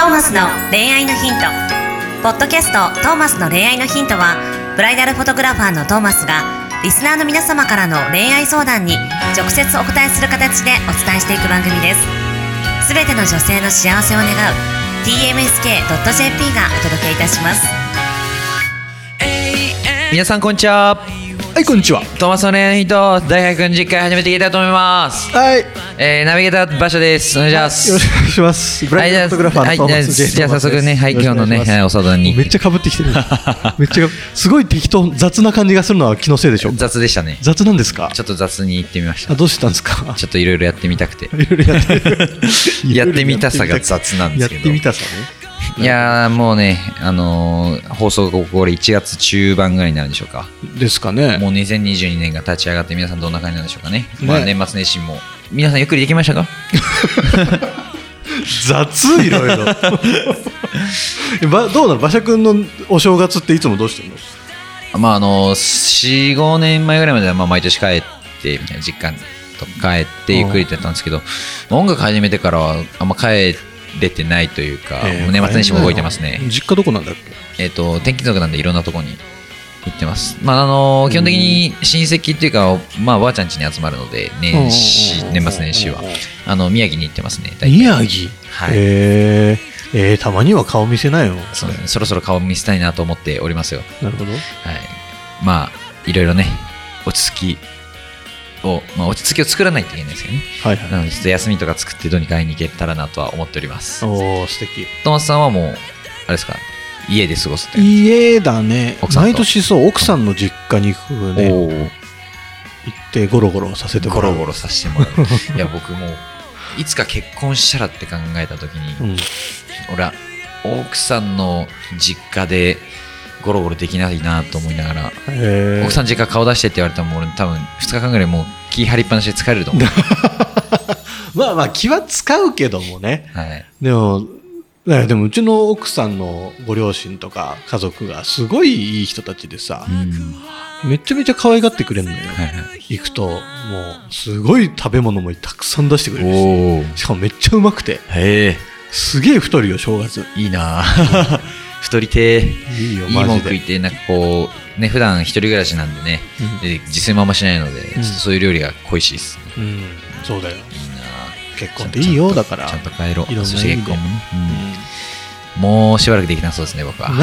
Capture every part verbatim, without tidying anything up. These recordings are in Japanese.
ーマスの恋愛のヒント。ポッドキャストトーマスの恋愛のヒントは、ブライダルフォトグラファーのトーマスがリスナーの皆様からの恋愛相談に直接お答えする形でお伝えしていく番組です。すべての女性の幸せを願う ティーエムエスケードットジェーピー がお届けいたします。 皆さんこんにちは。 はい、こんにちは。 トーマスの恋愛のヒントだいひゃくにじゅっかい始めていきたいと思います。 はい、 えー、ナビゲーター場所です。お願いします。 よろしくお願いします。ブライダルフォトグラファーのトーマス J じゃあ早速ね、はい、今日のね、お相談にめっちゃ被ってきてるめっちゃすごい適当雑な感じがするのは気のせいでしょうか。 雑でしたね。 雑なんですか。 ちょっと雑に言ってみました。 あ、どうしたんですか。 ちょっといろいろやってみたくていろいろやってやってみたさが雑なんですけど、 やってみたさね。 いやーもうね、あのー、放送がこれいちがつ中盤ぐらいになるんでしょうか。 ですかね。 もうにせんにじゅうにねんが立ち上がって皆さんどんな感じなんでしょうかね。 ね、 まあ、年末年始も皆さんゆっくりできましたか雑いろいろばどうなの。馬車くんのお正月っていつもどうしてるの。 まああの よん,ご 年前ぐらいまではまあ毎年帰ってみたいな、実家と帰ってゆっくりってやったんですけど、音楽始めてからはあんま帰って出てないというか、えー、年末年始も動いてますね。 実家どこなんだっけ。 えっ、ー、と転勤族なんでいろんなところに行ってます。まああのー、基本的に親戚っていうか、まあばあちゃん家に集まるので、年始年末年始はあの宮城に行ってますね。 宮城。 はい。 えー、えー、たまには顔見せないよ。 そうですね。そろそろ顔見せたいなと思っておりますよ。 なるほど。はい。 まあいろいろね、落ち着きをまあ、落ち着きを作らないといけないですよね。はいはい、なのでちょっと休みとか作ってどうにか会いに行けたらなとは思っております。 おー、素敵。 トーマスさんはもうあれですか、家で過ごすって。 家だね。毎年そう奥さんの実家に行くね。行ってゴロゴロさせてもらう。 ゴロゴロさせてもらういや僕もいつか結婚したらって考えた時に、うん、俺は奥さんの実家でゴロゴロできないなと思いながら、奥さん実家顔出してって言われたらもう俺多分ふつかかんぐらいもう気張りっぱなしで疲れると思うまあまあ気は使うけどもね、 はい、 でもでもうちの奥さんのご両親とか家族がすごいいい人たちでさ、うん、めちゃめちゃ可愛がってくれるのよ、はいはい、行くともうすごい食べ物もたくさん出してくれるし、しかもめっちゃうまくて、へすげえ太るよ正月。いいな太りていいよ、 いいもん食いて、なんかこうね、普段一人暮らしなんでね、うん、で自炊もあんましないので、うん、ちょっとそういう料理が恋しいです、ね、 うん、そうだよ。いいな。結婚っていいよ。だからちゃんと帰ろう。 いろんな意味で。そして結婚もね、 うん、もうしばらくできなそうですね僕は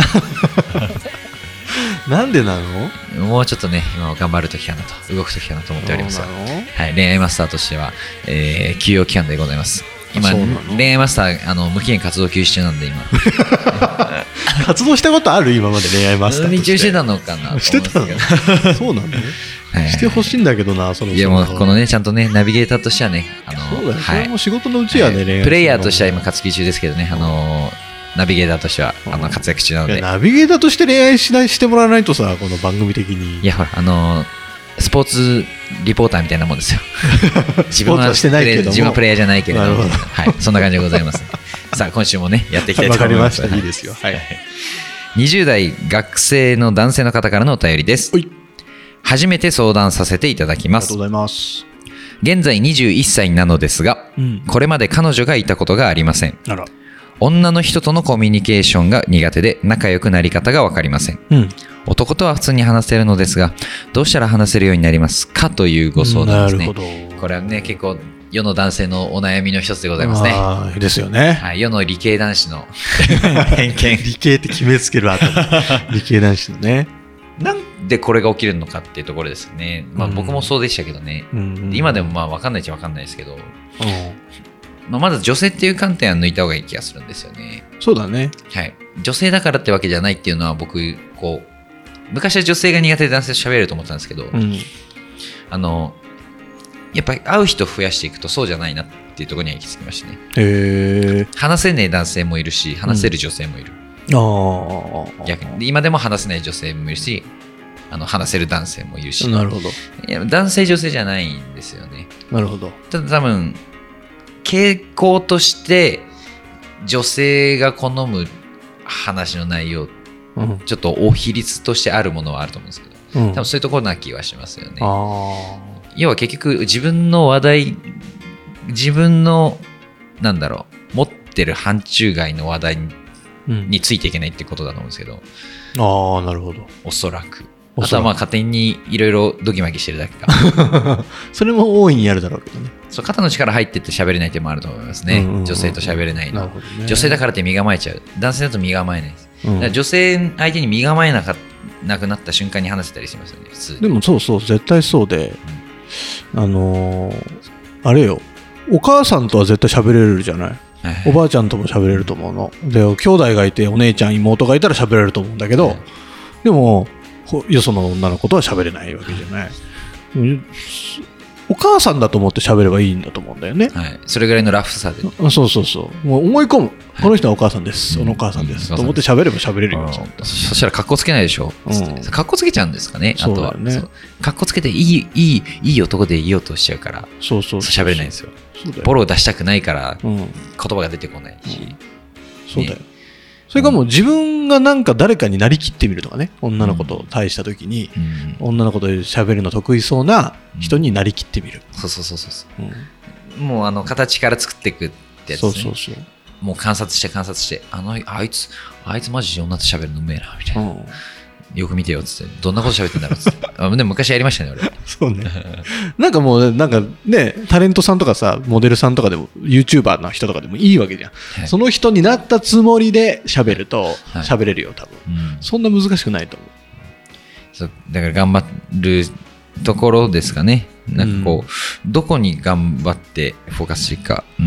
なんでなの。 もうちょっとね、今は頑張る時かなと、動く時かなと思っております。はい、恋愛マスターとしては、えー、休養期間でございます。今恋愛マスターあの無期限活動休止中なんで今活動したことある。今まで恋愛マスターとして日中してたのかな。 してたのそうなんだね、はい、してほしいんだけどな。そのいやもうこのね、ちゃんとねナビゲーターとしてはね、あのそうだね、はい、それも仕事のうちはね、はい、恋愛プレイヤーとしては今活休中ですけどね、あのナビゲーターとしてはあの活躍中なので、 ナビゲーターとして恋愛しないしてもらわないとさ、この番組的に。 いやほらあのスポーツリポーターみたいなもんですよ自分はしてないけども、 自分はプレイヤーじゃないけれども、はい、そんな感じでございます、ね、さあ今週もねやっていきたいと思います。 わかりました。いいですよ。はい、 にじゅう代学生の男性の方からのお便りです。初めて相談させていただきます。 ありがとうございます。 現在にじゅういっさいなのですが、うん、これまで彼女がいたことがありません。 あら。 女の人とのコミュニケーションが苦手で仲良くなり方が分かりません、うん、男とは普通に話せるのですがどうしたら話せるようになりますかというご相談ですね。なるほど。これはね結構世の男性のお悩みの一つでございますね。 あですよね、 はい、世の理系男子の偏見理系って決めつけるあたり理系男子のね、 なんでこれが起きるのかっていうところですね。まあ、僕もそうでしたけどね、うん、今でもまあ分かんないっちゃ分かんないですけど、うんまあ、まず女性っていう観点は抜いた方がいい気がするんですよね。 そうだね、 はい、女性だからってわけじゃないっていうのは僕こう昔は女性が苦手で男性と喋れると思ってたんですけど、うん、あのやっぱり会う人増やしていくとそうじゃないなっていうところには行き着きましたね。へー。話せない男性もいるし話せる女性もいる、うん、あ逆に今でも話せない女性もいるしあの話せる男性もいるし。 なるほど。 いや男性女性じゃないんですよね。 なるほど。 ただ多分傾向として女性が好む話の内容、うん、ちょっとお比率としてあるものはあると思うんですけど、うん、多分そういうところな気はしますよね。あ要は結局自分の話題自分のなんだろう持っってる範疇外の話題に,、うん、についていけないってことだと思うんですけど、 ああなるほど、 おそらくあとはまあ勝手にいろいろドキマキしてるだけかそれも大いにやるだろうけどね。 そう肩の力入ってって喋れない手もあると思いますね、うんうんうんうん、女性と喋れないの、ね、女性だからって身構えちゃう、男性だと身構えないです、うん、だから女性相手に身構えなかなくなった瞬間に話せたりしますよね普通に。 でもそうそう絶対そうで、うん、あのー、あれよお母さんとは絶対喋れるじゃない、はいはい、おばあちゃんとも喋れると思うので、兄弟がいてお姉ちゃん妹がいたら喋れると思うんだけど、はい、でもよその女の子とは喋れないわけじゃない、うん、お母さんだと思って喋ればいいんだと思うんだよね、 はい、それぐらいのラフさで、 そうそうそうもう思い込む、はい、この人はお母さんです、そのお母さんです、うん、と思って喋れば喋れるよ、 そしたらカッコつけないでしょ、うん、カッコつけちゃうんですかね、あとはね、カッコつけていいいいいい男でいようとしちゃうからそうそう喋れないんですよ、ボロを出したくないから言葉が出てこないし、うん、 そうだよ、ね、それかもう自分がなんか誰かになりきってみるとかね、女の子と対した時に、うん、女の子と喋るの得意そうな人になりきってみる、 うん、そうそうそうそう、うん、もうあの形から作っていくってやつね。そうそうそう、もう観察して観察してあのあいつあいつマジで女と喋るのうめえなみたいな、うん、よく見てよっつってどんなこと喋ってんだろうっつってあでも昔やりましたね俺そうねなんかもうなんかねタレントさんとかさモデルさんとかでも YouTuber の人とかでもいいわけじゃん、はい、その人になったつもりで喋ると喋れるよ多分、はい、うん、そんな難しくないと思う。 そうだから頑張るところですかね。なんかこう、うん、どこに頑張ってフォーカスしていくか、うん、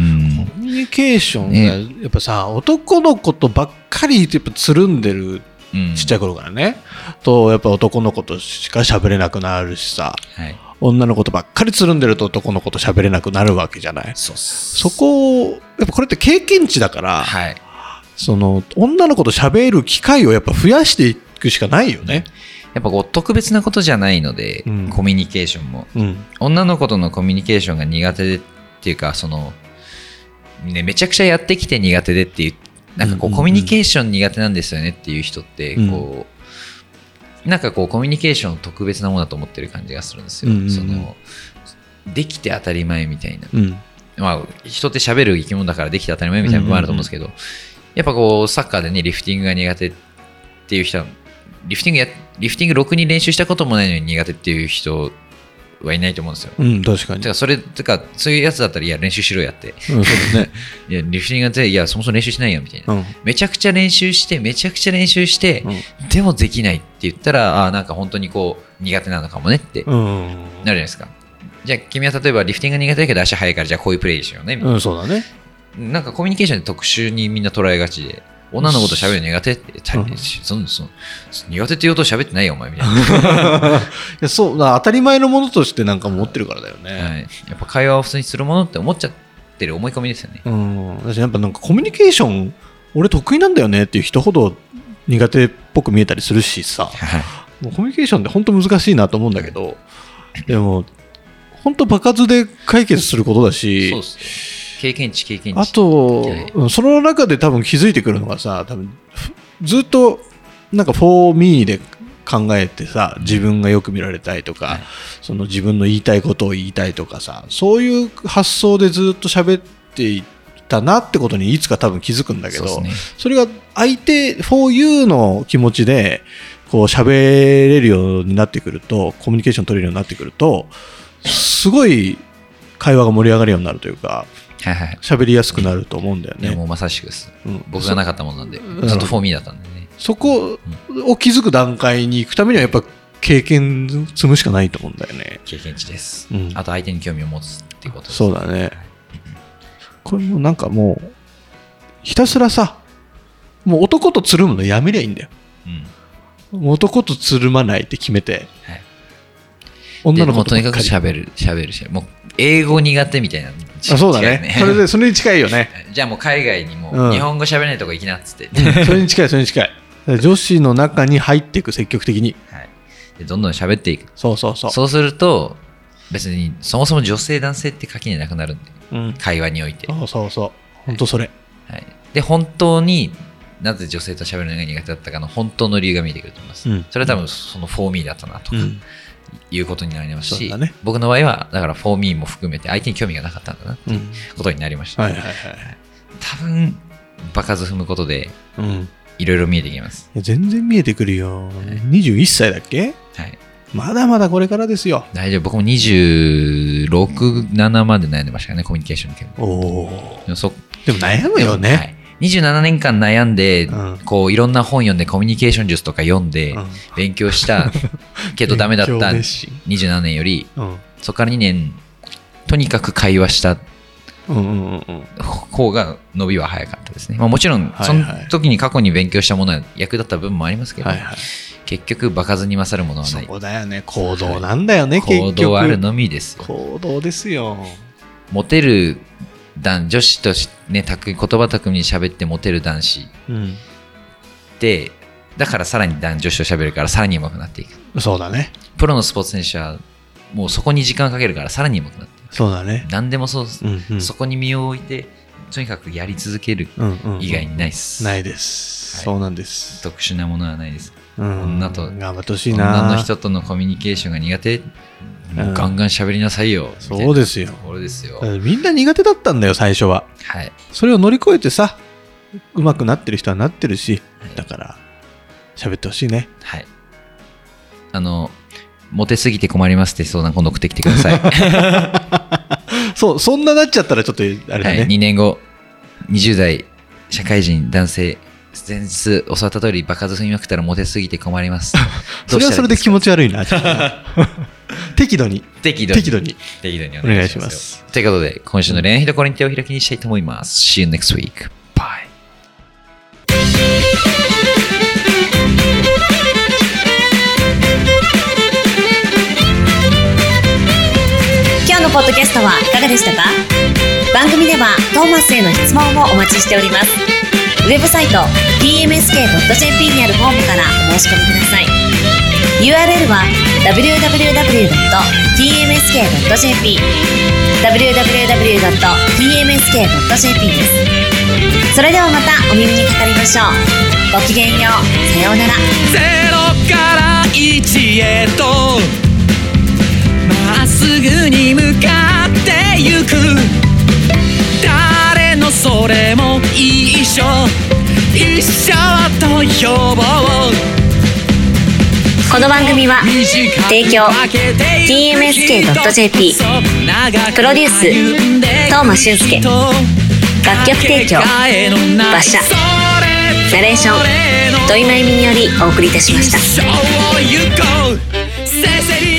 コミュニケーションがやっぱさ、ね、男の子とばっかりやっぱつるんでる、うん、ちっちゃい頃からねとやっぱ男の子としか喋れなくなるしさ、はい、女の子とばっかりつるんでると男の子と喋れなくなるわけじゃない。 そ, そこをやっぱこれって経験値だから、はい、その女の子と喋る機会をやっぱ増やしていくしかないよね。 やっぱこう特別なことじゃないので、うん、コミュニケーションも、うん、女の子とのコミュニケーションが苦手でっていうかその、ね、めちゃくちゃやってきて苦手でっていうなんかこうコミュニケーション苦手なんですよねっていう人ってこう、うん、なんかこうコミュニケーション特別なものだと思ってる感じがするんですよ、うんうんうん、そのできて当たり前みたいな、うん、まあ人って喋る生き物だからできて当たり前みたいなのもあると思うんですけど、うんうんうん、やっぱこうサッカーでねリフティングが苦手っていう人はリフティングやリフティングろくに練習したこともないのに苦手っていう人はいないと思うんですよ。 うん、確かに。 だからそれとかそういうやつだったらいや練習しろやって。 うん、そうだね。 いやリフティングっていやそもそも練習しないよみたいな、うん。めちゃくちゃ練習してめちゃくちゃ練習して、うん、でもできないって言ったらあなんか本当にこう苦手なのかもねってなるじゃないですか。じゃあ君は例えばリフティングが苦手だけど足速いからじゃあこういうプレーしようねみたいな。 うん、そうだね。 なんかコミュニケーションで特殊にみんな捉えがちで。女の子と喋る苦手って、うん、そのその苦手って言うと喋ってないよお前みたいな。いやそう当たり前のものとしてなんか持ってるからだよね、はい、 やっぱ会話を普通にするものって思っちゃってる思い込みですよね。 うん、私やっぱなんかコミュニケーション俺得意なんだよねっていう人ほど苦手っぽく見えたりするしさ、はい、もうコミュニケーションって本当難しいなと思うんだけど、でも本当場数で解決することだし、そうです経験値経験値あと、はい、その中で多分気づいてくるのがさ多分ずっとなんか for me で考えてさ自分がよく見られたいとか、はい、その自分の言いたいことを言いたいとかさそういう発想でずっと喋っていったなってことにいつか多分気づくんだけど そ,、ね、それが相手 for you の気持ちでこう喋れるようになってくるとコミュニケーション取れるようになってくるとすごい会話が盛り上がるようになるというかはいはい、喋りやすくなると思うんだよね。 いやもうまさしくです、うん、僕がなかったものなんでずっとフォーミーだったんでね。 そこを気づく段階に行くためにはやっぱ経験積むしかないと思うんだよね。 経験値です、うん、あと相手に興味を持つっていうことです。 そうだね。これもなんかもうひたすらさもう男とつるむのやめりゃいいんだよ、うん、男とつるまないって決めて、はい、 女の子とばっかりとにかく喋る喋るしもう英語苦手みたいな。 あそうだね。それでそれに近いよね。 じゃあもう海外にも日本語喋れないとこ行きなっつって、 うん、それに近いそれに近い。女子の中に入っていく積極的に、 はい、でどんどん喋っていく。 そうそうそう。 そうすると別にそもそも女性男性って垣根なくなるんで、うん、会話において。 そうそうそう。本当それ。 はい。で本当になぜ女性と喋るのが苦手だったかの本当の理由が見えてくると思います。うん、それは多分その for me だったなとか。うんいうことになりますし、ね、僕の場合はだから for me も含めて相手に興味がなかったんだなっていうことになりました、うんはいはいはい、 多分場数踏むことでうんいろいろ見えてきます。 いや全然見えてくるよ。にじゅういっさいだっけ？ はい。 まだまだこれからですよ。 大丈夫。僕もにじゅうろく、ななまで悩んでましたからね、コミュニケーションの件。 おお。 でもそでも悩むよね。 はい。にじゅうななねんかん悩んで、 うん、 こういろんな本読んでコミュニケーション術とか読んで、うん、勉強したけどダメだったにじゅうななねんより、うん、そこからにねんとにかく会話した方が伸びは早かったですね。まあ、もちろんその時に過去に勉強したものは役立った部分もありますけど、はいはい、結局場数に勝るものはない。 そうだよね。行動なんだよね、はい、結局。 行動あるのみですよ。 行動ですよ。 モテる男女子とし、ね、たく言葉巧みに喋ってモテる男子、うん、でだからさらに男女子と喋るからさらに上手くなっていく。 そうだね。 プロのスポーツ選手はもうそこに時間かけるからさらに上手くなっていく。 そうだね。 何でもそうです、うんうん、そこに身を置いてとにかくやり続ける以外にないです、 うんうんうん、ないです、はい、そうなんです。 特殊なものはないです。 うん、 女と頑張ってほしいな。 女の人とのコミュニケーションが苦手、もうガンガン喋りなさいよ、 うん、そうですよ。 これですよ。 みんな苦手だったんだよ最初は、 はい、 それを乗り越えてさ上手くなってる人はなってるし、はい、だから喋ってほしいね。 はい。あのモテすぎて困りますって相談今度送ってきてください。そう、そんななっちゃったらちょっとあれだね、 はい、にねんごにじゅう代社会人男性前日教わった通り場数踏みまくったらモテすぎて困ります。 それはそれで気持ち悪いな。適度に適度に適度に適度にお願いします。 ということで今週の恋愛ところに手を開きにしたいと思います。See you next week. Bye. 今日のポッドキャストはいかがでしたか？番組ではトーマスへの質問もお待ちしております。ウェブサイト ティーエムエスケードットジェーピー にあるフォームからお申し込みください。 ユーアールエル は ダブリューダブリューダブリュードットティーエムエスケードットジェーピー ダブリューダブリューダブリュードットティーエムエスケードットジェーピー です。それではまたお耳にかかりましょう。ごきげんよう。さようなら。 ゼロからいちへとまっすぐに向かってゆく。誰のそれも一緒一緒と呼ぼう。 この番組は提供 ティーエムエスケードットジェーピー プロデュース東間俊介、楽曲提供馬車、ナレーション土井真由美によりお送りいたしました。